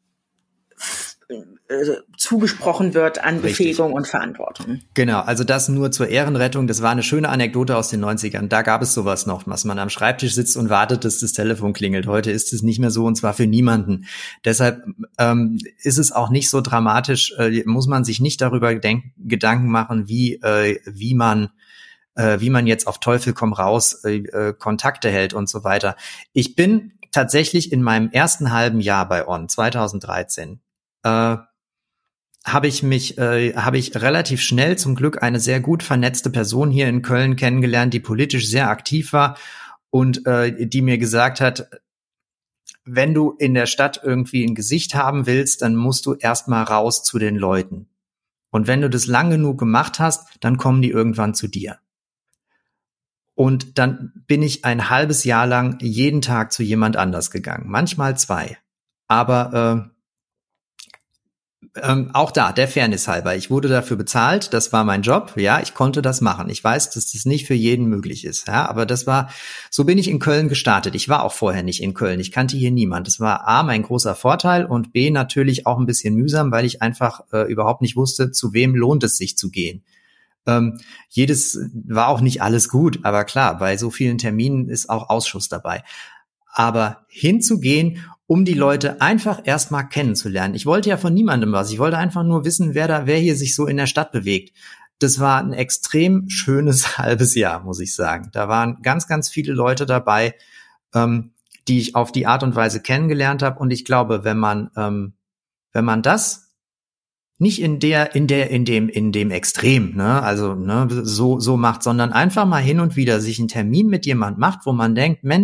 äh, zugesprochen wird an Richtig. Befähigung und Verantwortung. Genau, also das nur zur Ehrenrettung. Das war eine schöne Anekdote aus den neunzigern. Da gab es sowas noch, dass man am Schreibtisch sitzt und wartet, dass das Telefon klingelt. Heute ist es nicht mehr so, und zwar für niemanden. Deshalb ähm, ist es auch nicht so dramatisch, äh, muss man sich nicht darüber denk- Gedanken machen, wie äh, wie man äh, wie man jetzt auf Teufel komm raus äh, äh, Kontakte hält und so weiter. Ich bin tatsächlich in meinem ersten halben Jahr bei On, zweitausenddreizehn, äh, habe ich mich, äh, habe ich relativ schnell zum Glück eine sehr gut vernetzte Person hier in Köln kennengelernt, die politisch sehr aktiv war und äh, die mir gesagt hat, wenn du in der Stadt irgendwie ein Gesicht haben willst, dann musst du erstmal raus zu den Leuten. Und wenn du das lang genug gemacht hast, dann kommen die irgendwann zu dir. Und dann bin ich ein halbes Jahr lang jeden Tag zu jemand anders gegangen, manchmal zwei. Aber äh, ähm, auch da, der Fairness halber, ich wurde dafür bezahlt, das war mein Job, ja, ich konnte das machen. Ich weiß, dass das nicht für jeden möglich ist, ja, aber das war, so bin ich in Köln gestartet. Ich war auch vorher nicht in Köln, ich kannte hier niemand. Das war A, mein großer Vorteil und B, natürlich auch ein bisschen mühsam, weil ich einfach äh, überhaupt nicht wusste, zu wem lohnt es sich zu gehen. Ähm, jedes war auch nicht alles gut, aber klar, bei so vielen Terminen ist auch Ausschuss dabei. Aber hinzugehen, um die Leute einfach erstmal kennenzulernen. Ich wollte ja von niemandem was. Ich wollte einfach nur wissen, wer da, wer hier sich so in der Stadt bewegt. Das war ein extrem schönes halbes Jahr, muss ich sagen. Da waren ganz, ganz viele Leute dabei, ähm, die ich auf die Art und Weise kennengelernt habe. Und ich glaube, wenn man, ähm, wenn man das nicht in der, in der, in dem, in dem Extrem, ne, also, ne, so, so macht, sondern einfach mal hin und wieder sich einen Termin mit jemand macht, wo man denkt, Mensch,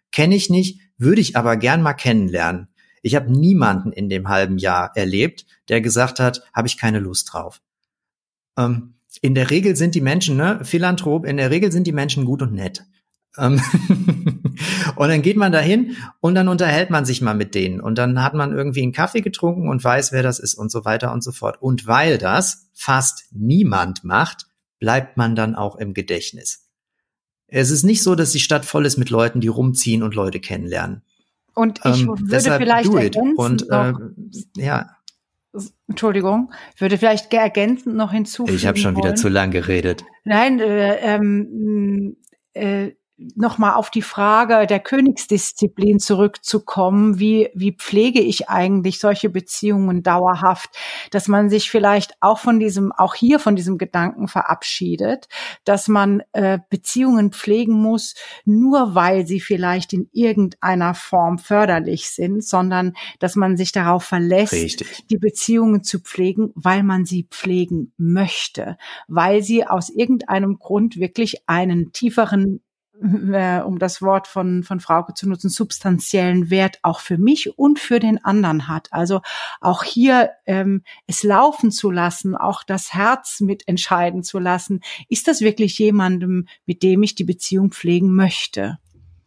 kenne ich nicht, würde ich aber gern mal kennenlernen. Ich habe niemanden in dem halben Jahr erlebt, der gesagt hat, habe ich keine Lust drauf. Ähm, in der Regel sind die Menschen, ne, Philanthrop, in der Regel sind die Menschen gut und nett. Ähm und dann geht man dahin und dann unterhält man sich mal mit denen und dann hat man irgendwie einen Kaffee getrunken und weiß, wer das ist und so weiter und so fort. Und weil das fast niemand macht, bleibt man dann auch im Gedächtnis. Es ist nicht so, dass die Stadt voll ist mit Leuten, die rumziehen und Leute kennenlernen. Und ich ähm, würde vielleicht ergänzen und, äh, noch, ja. Entschuldigung, ich würde vielleicht ergänzend noch hinzufügen Ich habe schon wollen. wieder zu lang geredet. Nein, äh, ähm, äh, nochmal auf die Frage der Königsdisziplin zurückzukommen. Wie, wie pflege ich eigentlich solche Beziehungen dauerhaft? Dass man sich vielleicht auch von diesem, auch hier von diesem Gedanken verabschiedet, dass man äh, Beziehungen pflegen muss, nur weil sie vielleicht in irgendeiner Form förderlich sind, sondern dass man sich darauf verlässt, Richtig. die Beziehungen zu pflegen, weil man sie pflegen möchte, weil sie aus irgendeinem Grund wirklich einen tieferen, um das Wort von, von Frauke zu nutzen, substanziellen Wert auch für mich und für den anderen hat. Also auch hier ähm, es laufen zu lassen, auch das Herz mitentscheiden zu lassen. Ist das wirklich jemandem, mit dem ich die Beziehung pflegen möchte?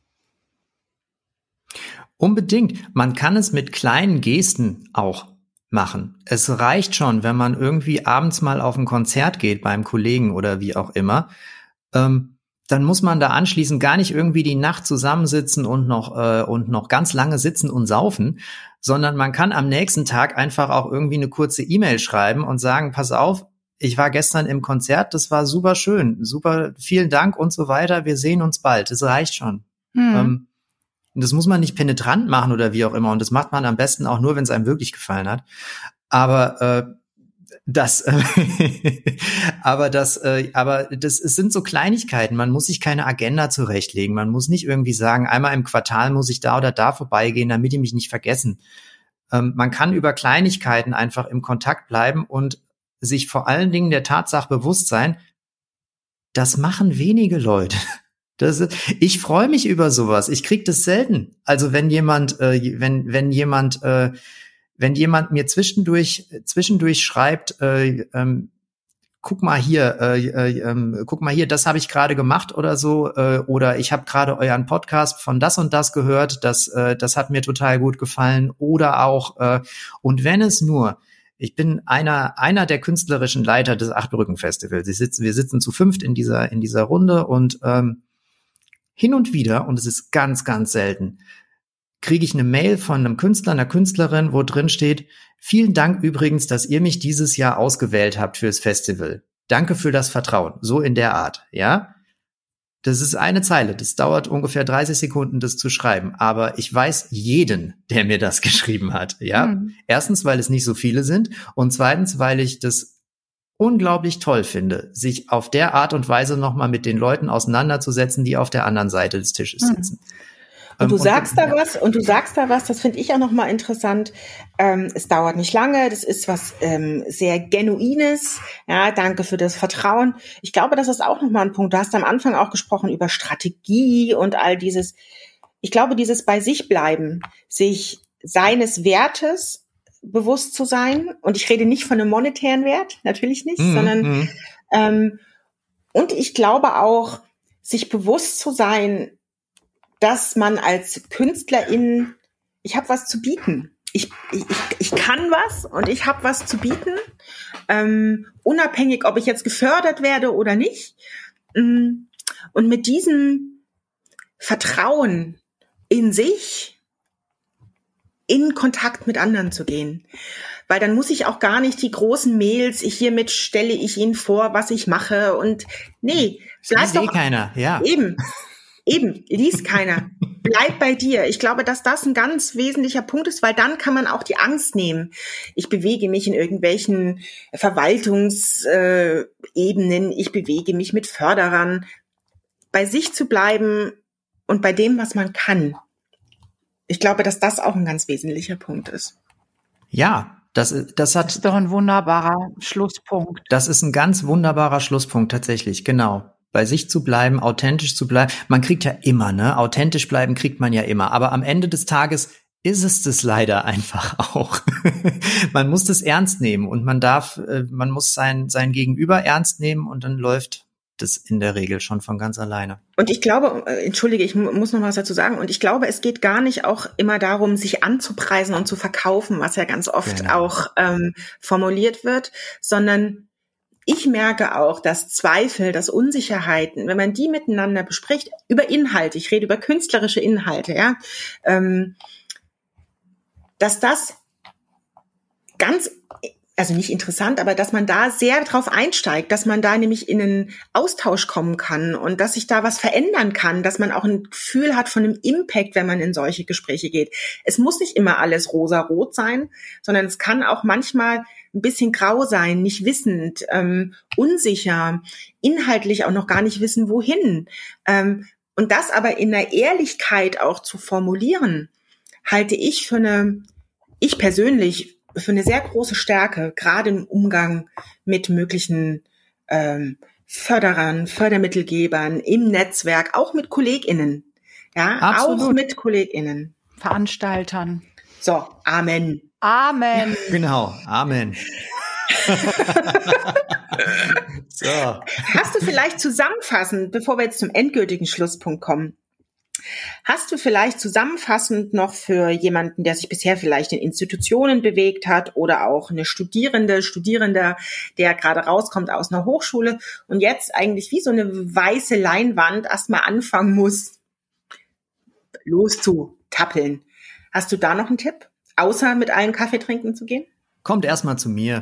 Unbedingt. Man kann es mit kleinen Gesten auch machen. Es reicht schon, wenn man irgendwie abends mal auf ein Konzert geht beim Kollegen oder wie auch immer, ähm, dann muss man da anschließend gar nicht irgendwie die Nacht zusammensitzen und noch äh, und noch ganz lange sitzen und saufen, sondern man kann am nächsten Tag einfach auch irgendwie eine kurze E-Mail schreiben und sagen, pass auf, ich war gestern im Konzert, das war super schön, super, vielen Dank und so weiter, wir sehen uns bald, das reicht schon. Mhm. Ähm, das muss man nicht penetrant machen oder wie auch immer und das macht man am besten auch nur, wenn es einem wirklich gefallen hat. Aber äh, Das, äh, aber das, äh, aber das, es sind so Kleinigkeiten. Man muss sich keine Agenda zurechtlegen. Man muss nicht irgendwie sagen, einmal im Quartal muss ich da oder da vorbeigehen, damit die mich nicht vergessen. Ähm, man kann über Kleinigkeiten einfach im Kontakt bleiben und sich vor allen Dingen der Tatsache bewusst sein, das machen wenige Leute. Das ist, ich freue mich über sowas. Ich krieg das selten. Also wenn jemand, äh, wenn wenn jemand äh, Wenn jemand mir zwischendurch zwischendurch schreibt, äh, ähm, guck mal hier, äh, äh, äh, guck mal hier, das habe ich gerade gemacht oder so, äh, oder ich habe gerade euren Podcast von das und das gehört, das äh, das hat mir total gut gefallen, oder auch äh, und wenn es nur, ich bin einer einer der künstlerischen Leiter des Achtbrücken-Festivals. Ich sitze, wir sitzen zu fünft in dieser in dieser Runde und ähm, hin und wieder, und es ist ganz ganz selten, kriege ich eine Mail von einem Künstler, einer Künstlerin, wo drin steht, vielen Dank übrigens, dass ihr mich dieses Jahr ausgewählt habt fürs Festival. Danke für das Vertrauen. So in der Art, ja. Das ist eine Zeile. Das dauert ungefähr dreißig Sekunden, das zu schreiben. Aber ich weiß jeden, der mir das geschrieben hat, ja. Mhm. Erstens, weil es nicht so viele sind. Und zweitens, weil ich das unglaublich toll finde, sich auf der Art und Weise nochmal mit den Leuten auseinanderzusetzen, die auf der anderen Seite des Tisches mhm. sitzen. Und du und, sagst da ja. was, und du sagst da was, das finde ich auch nochmal interessant. Ähm, es dauert nicht lange, das ist was ähm, sehr Genuines. Ja, danke für das Vertrauen. Ich glaube, das ist auch nochmal ein Punkt. Du hast am Anfang auch gesprochen über Strategie und all dieses. Ich glaube, dieses bei sich bleiben, sich seines Wertes bewusst zu sein. Und ich rede nicht von einem monetären Wert, natürlich nicht, mhm, sondern mhm. Ähm, und ich glaube auch, sich bewusst zu sein, dass man als Künstlerin, ich habe was zu bieten. Ich, ich, ich kann was und ich habe was zu bieten, ähm, unabhängig, ob ich jetzt gefördert werde oder nicht. Und mit diesem Vertrauen in sich in Kontakt mit anderen zu gehen. Weil dann muss ich auch gar nicht die großen Mails, ich hiermit stelle ich Ihnen vor, was ich mache. Und nee, bleib doch. Eh keiner, ja. Eben. Eben, liest keiner. Bleib bei dir. Ich glaube, dass das ein ganz wesentlicher Punkt ist, weil dann kann man auch die Angst nehmen. Ich bewege mich in irgendwelchen Verwaltungsebenen, äh, ich bewege mich mit Förderern. Bei sich zu bleiben und bei dem, was man kann. Ich glaube, dass das auch ein ganz wesentlicher Punkt ist. Ja, das, das hat. Das ist doch ein wunderbarer Schlusspunkt. Das ist ein ganz wunderbarer Schlusspunkt, tatsächlich, genau. bei sich zu bleiben, authentisch zu bleiben. Man kriegt ja immer, ne? Authentisch bleiben kriegt man ja immer. Aber am Ende des Tages ist es das leider einfach auch. Man muss das ernst nehmen und man darf, man muss sein, sein Gegenüber ernst nehmen und dann läuft das in der Regel schon von ganz alleine. Und ich glaube, entschuldige, ich muss noch was dazu sagen, und ich glaube, es geht gar nicht auch immer darum, sich anzupreisen und zu verkaufen, was ja ganz oft genau. auch ähm, formuliert wird, sondern ich merke auch, dass Zweifel, dass Unsicherheiten, wenn man die miteinander bespricht, über Inhalte, ich rede über künstlerische Inhalte, ja, ähm, dass das ganz, also nicht interessant, aber dass man da sehr drauf einsteigt, dass man da nämlich in einen Austausch kommen kann und dass sich da was verändern kann, dass man auch ein Gefühl hat von einem Impact, wenn man in solche Gespräche geht. Es muss nicht immer alles rosa-rot sein, sondern es kann auch manchmal ein bisschen grau sein, nicht wissend, ähm, unsicher, inhaltlich auch noch gar nicht wissen, wohin. Ähm, und das aber in der Ehrlichkeit auch zu formulieren, halte ich für eine, ich persönlich, für eine sehr große Stärke, gerade im Umgang mit möglichen ähm, Förderern, Fördermittelgebern, im Netzwerk, auch mit KollegInnen. Ja, Absolut. Auch mit KollegInnen. Veranstaltern. So, Amen. Amen. Genau, Amen. So. Hast du vielleicht zusammenfassend, bevor wir jetzt zum endgültigen Schlusspunkt kommen, hast du vielleicht zusammenfassend noch für jemanden, der sich bisher vielleicht in Institutionen bewegt hat oder auch eine Studierende, Studierender, der gerade rauskommt aus einer Hochschule und jetzt eigentlich wie so eine weiße Leinwand erstmal anfangen muss, loszutappeln. Hast du da noch einen Tipp? Außer mit allen Kaffee trinken zu gehen? Kommt erstmal zu mir.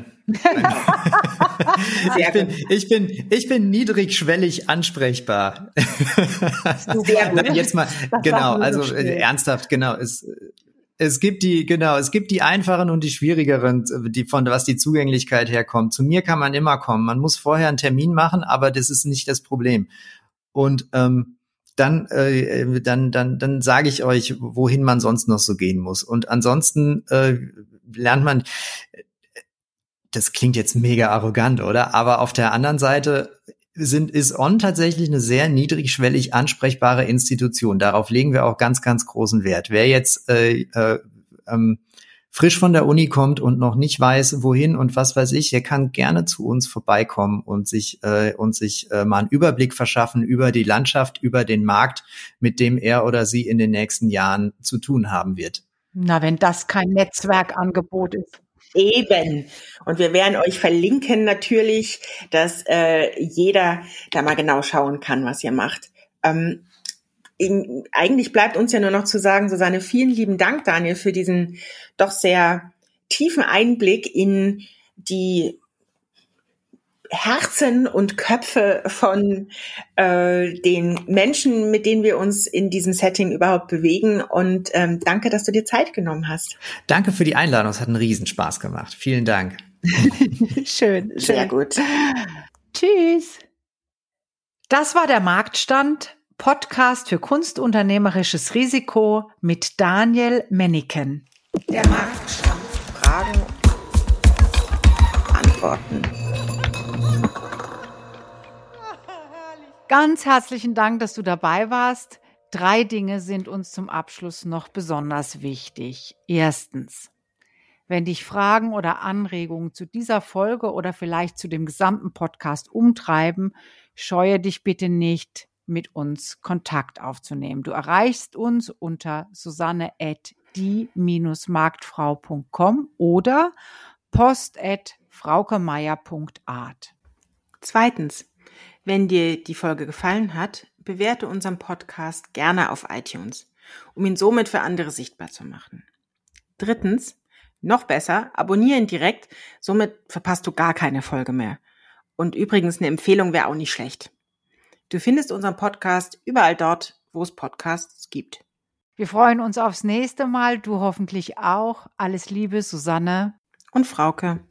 ich, bin, ich, bin, ich bin niedrigschwellig ansprechbar. Sehr gut. Jetzt mal, das genau, also so äh, ernsthaft, genau. Es, es gibt die, genau, es gibt die einfachen und die schwierigeren, die von was die Zugänglichkeit herkommt. Zu mir kann man immer kommen. Man muss vorher einen Termin machen, aber das ist nicht das Problem. Und ähm, dann, äh, dann, dann, dann sage ich euch, wohin man sonst noch so gehen muss. Und ansonsten äh, lernt man, das klingt jetzt mega arrogant, oder? Aber auf der anderen Seite sind, ist On tatsächlich eine sehr niedrigschwellig ansprechbare Institution. Darauf legen wir auch ganz, ganz großen Wert. Wer jetzt äh, äh, ähm, frisch von der Uni kommt und noch nicht weiß, wohin und was weiß ich, der kann gerne zu uns vorbeikommen und sich äh, und sich äh, mal einen Überblick verschaffen über die Landschaft, über den Markt, mit dem er oder sie in den nächsten Jahren zu tun haben wird. Na, wenn das kein Netzwerkangebot ist. Eben. Und wir werden euch verlinken natürlich, dass äh, jeder da mal genau schauen kann, was ihr macht. Ähm, in, eigentlich bleibt uns ja nur noch zu sagen, Susanne, vielen lieben Dank, Daniel, für diesen doch sehr tiefen Einblick in die Herzen und Köpfe von äh, den Menschen, mit denen wir uns in diesem Setting überhaupt bewegen. Und ähm, danke, dass du dir Zeit genommen hast. Danke für die Einladung. Es hat einen Riesenspaß gemacht. Vielen Dank. Schön. Sehr schön. gut. Tschüss. Das war der Marktstand, Podcast für kunstunternehmerisches Risiko mit Daniel Menneken. Der Marktstand. Fragen, Antworten. Ganz herzlichen Dank, dass du dabei warst. Drei Dinge sind uns zum Abschluss noch besonders wichtig. Erstens, wenn dich Fragen oder Anregungen zu dieser Folge oder vielleicht zu dem gesamten Podcast umtreiben, scheue dich bitte nicht, mit uns Kontakt aufzunehmen. Du erreichst uns unter susanne at die Bindestrich marktfrau punkt com oder post at fraukemeier punkt art. Zweitens, wenn dir die Folge gefallen hat, bewerte unseren Podcast gerne auf iTunes, um ihn somit für andere sichtbar zu machen. Drittens, noch besser, abonniere ihn direkt, somit verpasst du gar keine Folge mehr. Und übrigens, eine Empfehlung wäre auch nicht schlecht. Du findest unseren Podcast überall dort, wo es Podcasts gibt. Wir freuen uns aufs nächste Mal, du hoffentlich auch. Alles Liebe, Susanne und Frauke.